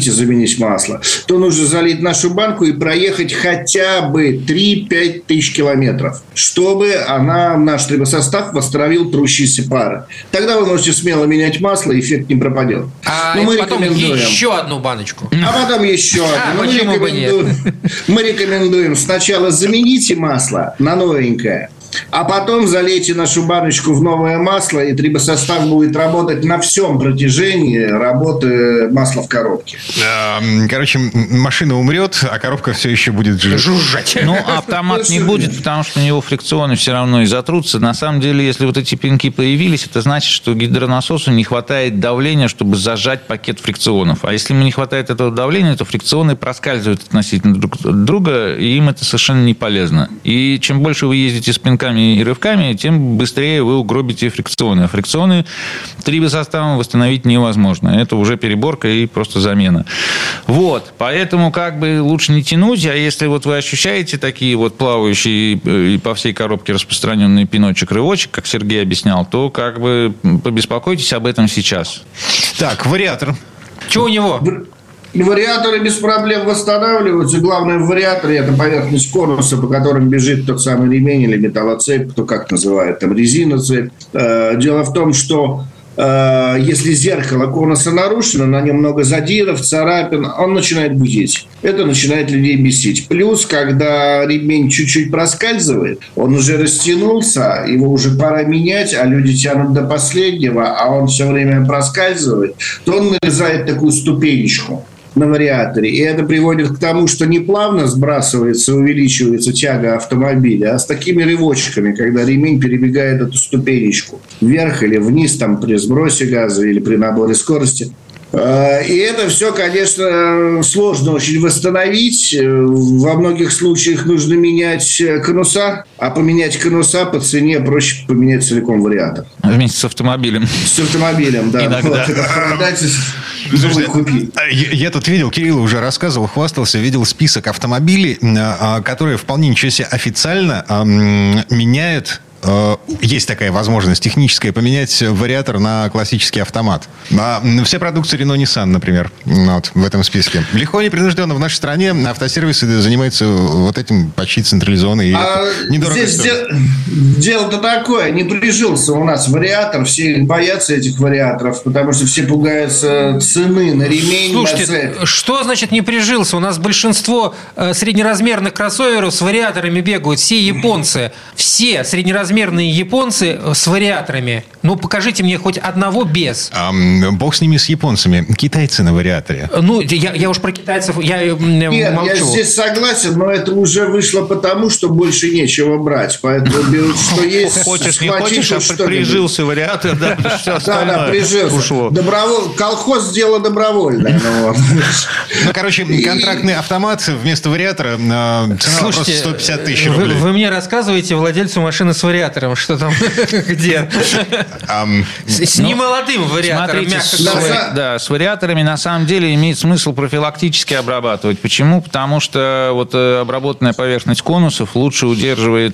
Speaker 6: то нужно залить нашу банку и проехать хотя бы 3-5 тысяч километров, чтобы наш трибосостав восстановил трущиеся пары. Тогда вы можете смело менять масло, эффект не пропадет.
Speaker 4: Мы потом еще одну баночку.
Speaker 6: Потом еще одну. Мы рекомендуем сначала замените масло на новенькое, а потом залейте нашу баночку в новое масло, и трибосостав будет работать на всем протяжении работы масла в коробке.
Speaker 3: Короче, машина умрет, а коробка все еще будет жужжать.
Speaker 5: Автомат не будет, потому что у него фрикционы все равно и затрутся. На самом деле, если вот эти пинки появились, это значит, что гидронасосу не хватает давления, чтобы зажать пакет фрикционов. А если ему не хватает этого давления, то фрикционы проскальзывают относительно друг от друга, и им это совершенно не полезно. И чем больше вы ездите с пинками и рывками, тем быстрее вы угробите фрикционы. А фрикционы трибосоставом восстановить невозможно. Это уже переборка и просто замена. Поэтому лучше не тянуть. А если вы ощущаете такие плавающие и по всей коробке распространенный пиночек-рывочек, как Сергей объяснял, то побеспокойтесь об этом сейчас.
Speaker 3: Так, вариатор.
Speaker 4: Что у него?
Speaker 6: Вариаторы без проблем восстанавливаются. Главное в вариаторе – это поверхность конуса, по которым бежит тот самый ремень или металлоцепь, кто как называет, там резиноцепь. Дело в том, что если зеркало конуса нарушено, на нем много задиров, царапин, он начинает гудеть. Это начинает людей бесить. Плюс, когда ремень чуть-чуть проскальзывает, он уже растянулся, его уже пора менять, а люди тянут до последнего, а он все время проскальзывает, то он нарезает такую ступенечку на вариаторе. И это приводит к тому, что не плавно сбрасывается, увеличивается тяга автомобиля, а с такими рывочками, когда ремень перебегает эту ступенечку вверх или вниз, там, при сбросе газа или при наборе скорости. И это все, конечно, сложно очень восстановить. Во многих случаях нужно менять конуса, а поменять конуса по цене проще поменять целиком вариатор.
Speaker 5: Вместе с автомобилем.
Speaker 6: С автомобилем, да.
Speaker 5: Иногда.
Speaker 3: Я тут видел, Кирилл уже рассказывал, хвастался, видел список автомобилей, которые вполне ничего себе официально меняют. Есть такая возможность техническая поменять вариатор на классический автомат. Вся продукция Renault Nissan, например, вот, в этом списке. Легко и непринужденно в нашей стране автосервисы занимаются вот этим почти централизованно. И недорого
Speaker 6: здесь дело-то такое. Не прижился у нас вариатор. Все боятся этих вариаторов, потому что все пугаются цены на ремень.
Speaker 4: Слушайте, что значит не прижился? У нас большинство среднеразмерных кроссоверов с вариаторами бегают. Все японцы. Все среднеразмерные японцы с вариаторами. Ну, покажите мне хоть одного без.
Speaker 3: Бог с ними, с японцами. Китайцы на вариаторе.
Speaker 4: Ну, я уж про китайцев
Speaker 6: Нет,
Speaker 4: молчу.
Speaker 6: я здесь согласен, но это уже вышло потому, что больше нечего брать. Поэтому берут, что есть.
Speaker 5: Хочешь, не хочешь, а прижился вариатор, да, все остальное.
Speaker 6: Да, прижился.
Speaker 5: Ушло.
Speaker 6: Колхоз сделал добровольно.
Speaker 3: Ну, короче, контрактный автомат вместо вариатора цена просто 150 тысяч рублей.
Speaker 4: Вы мне рассказываете владельцу машины с вариатором, что там, где? С немолодым вариатором, мягко говоря.
Speaker 5: Да, с вариаторами на самом деле имеет смысл профилактически обрабатывать. Почему? Потому что вот обработанная поверхность конусов лучше удерживает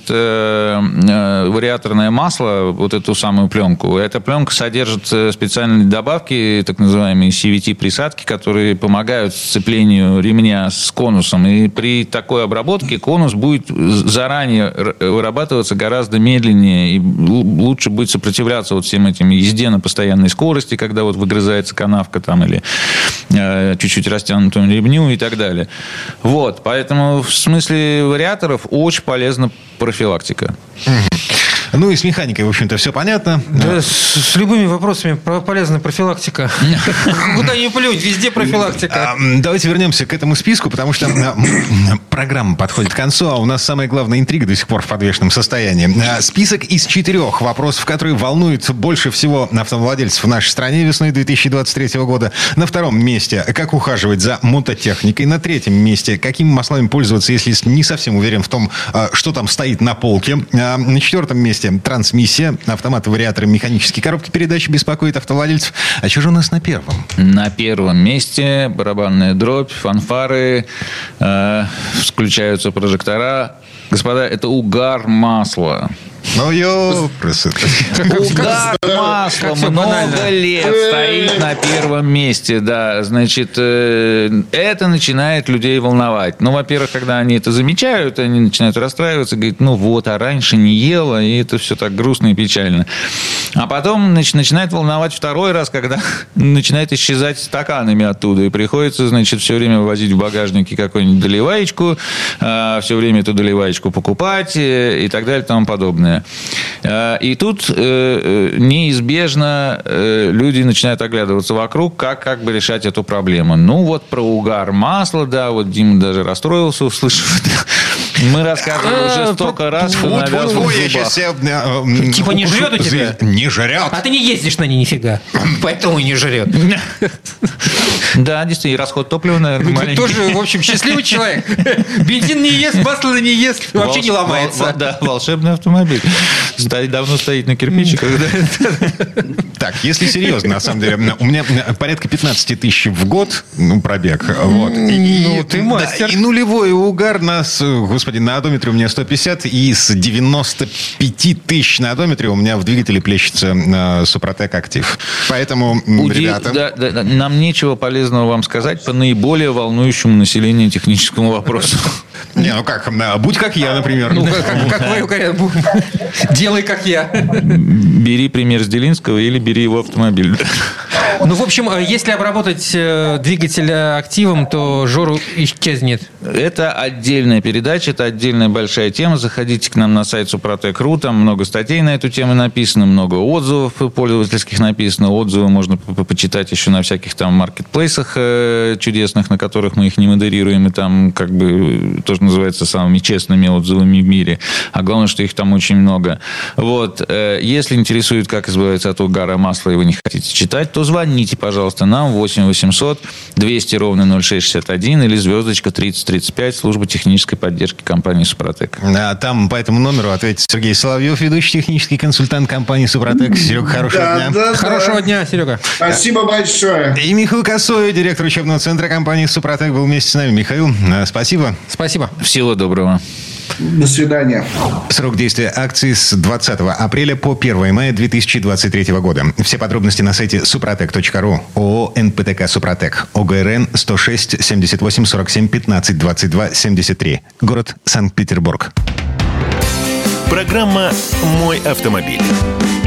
Speaker 5: вариаторное масло, вот эту самую пленку. Эта пленка содержит специальные добавки, так называемые CVT-присадки, которые помогают сцеплению ремня с конусом. И при такой обработке конус будет заранее вырабатываться гораздо медленнее, и лучше будет сопротивляться вот всем этим езде на постоянной скорости, когда вот выгрызается канавка там, или чуть-чуть растянутому ремню и так далее. Вот, поэтому в смысле вариаторов очень полезна профилактика.
Speaker 3: Ну и с механикой, в общем-то, все понятно.
Speaker 4: Да, с любыми вопросами полезна профилактика. Куда ни плюнь, везде профилактика.
Speaker 3: Давайте вернемся к этому списку, потому что программа подходит к концу, а у нас самая главная интрига до сих пор в подвешенном состоянии. Список из 4 вопросов, которые волнуют больше всего автовладельцев в нашей стране весной 2023 года. На 2-м месте, как ухаживать за мототехникой. На 3-м месте, какими маслами пользоваться, если не совсем уверен в том, что там стоит на полке. На 4-м месте трансмиссия, автоматы, вариаторы, механические коробки передач беспокоит автовладельцев. А что же у нас на 1-м?
Speaker 5: На 1-м месте барабанная дробь, фанфары, включаются прожектора. Господа, это угар масла.
Speaker 3: Ну, ёпрсы.
Speaker 5: Угар масла много лет стоит на 1-м месте, да. Значит, это начинает людей волновать. Ну, во-первых, когда они это замечают, они начинают расстраиваться, говорят, ну вот, а раньше не ела, и это все так грустно и печально. А потом начинает волновать 2-й раз, когда начинает исчезать стаканами оттуда, и приходится, значит, все время возить в багажнике какую-нибудь доливаечку, все время эту доливаечку покупать и так далее и тому подобное. И тут неизбежно люди начинают оглядываться вокруг, как бы решать эту проблему. Ну, вот про угар масла, да, вот Дима даже расстроился, услышав это. Мы рассказывали уже столько раз, что навязывал в зубах.
Speaker 4: Типа не жрет у тебя?
Speaker 3: Не жрет.
Speaker 4: А ты не ездишь на ней нифига, поэтому и не жрет.
Speaker 5: Да, действительно, и расход топлива, наверное, маленький.
Speaker 4: Ты тоже, в общем, счастливый человек. Бензин не ест, масло не ест, вообще не ломается.
Speaker 5: Да, волшебный автомобиль. Давно стоит на кирпичиках.
Speaker 3: Так, если серьезно, на самом деле, у меня порядка 15 тысяч в год пробег. Вот.
Speaker 4: Ну, ты мастер.
Speaker 3: И нулевой угар нас, господи, господи, на одометре у меня 150, и с 95 тысяч на одометре у меня в двигателе плещется Супротек Актив. Поэтому, ребята...
Speaker 5: Да, нам нечего полезного вам сказать по наиболее волнующему населению техническому вопросу.
Speaker 3: Не, ну как, будь как я, например.
Speaker 4: Ну, как твою карьеру. Делай, как я.
Speaker 5: Бери пример с Делинского или бери его автомобиль.
Speaker 4: Ну, в общем, если обработать двигатель активом, то Жору исчезнет.
Speaker 5: Это отдельная передача, это отдельная большая тема. Заходите к нам на сайт Супротек.ру, там много статей на эту тему написано, много отзывов пользовательских написано. Отзывы можно почитать еще на всяких там маркетплейсах чудесных, на которых мы их не модерируем, и там как бы тоже называется самыми честными отзывами в мире. А главное, что их там очень много. Вот. Если интересует, как избавиться от угара масла, и вы не хотите читать, то звоните, пожалуйста, нам 8 800 200 ровно 0661 или звездочка 3035, служба технической поддержки компании «Супротек».
Speaker 3: Там по этому номеру ответит Сергей Соловьев, ведущий технический консультант компании «Супротек». Серега, хорошего дня.
Speaker 4: Хорошего дня, Серега.
Speaker 6: Спасибо большое.
Speaker 3: И Михаил Косой, директор учебного центра компании «Супротек», был вместе с нами. Михаил, спасибо.
Speaker 4: Спасибо.
Speaker 5: Всего доброго.
Speaker 6: До свидания.
Speaker 3: Срок действия акции с 20 апреля по 1 мая 2023 года. Все подробности на сайте suprotec.ru. ООО «НПТК Супротек». ОГРН 106 78 47 15 22 73. Город Санкт-Петербург.
Speaker 2: Программа «Мой автомобиль».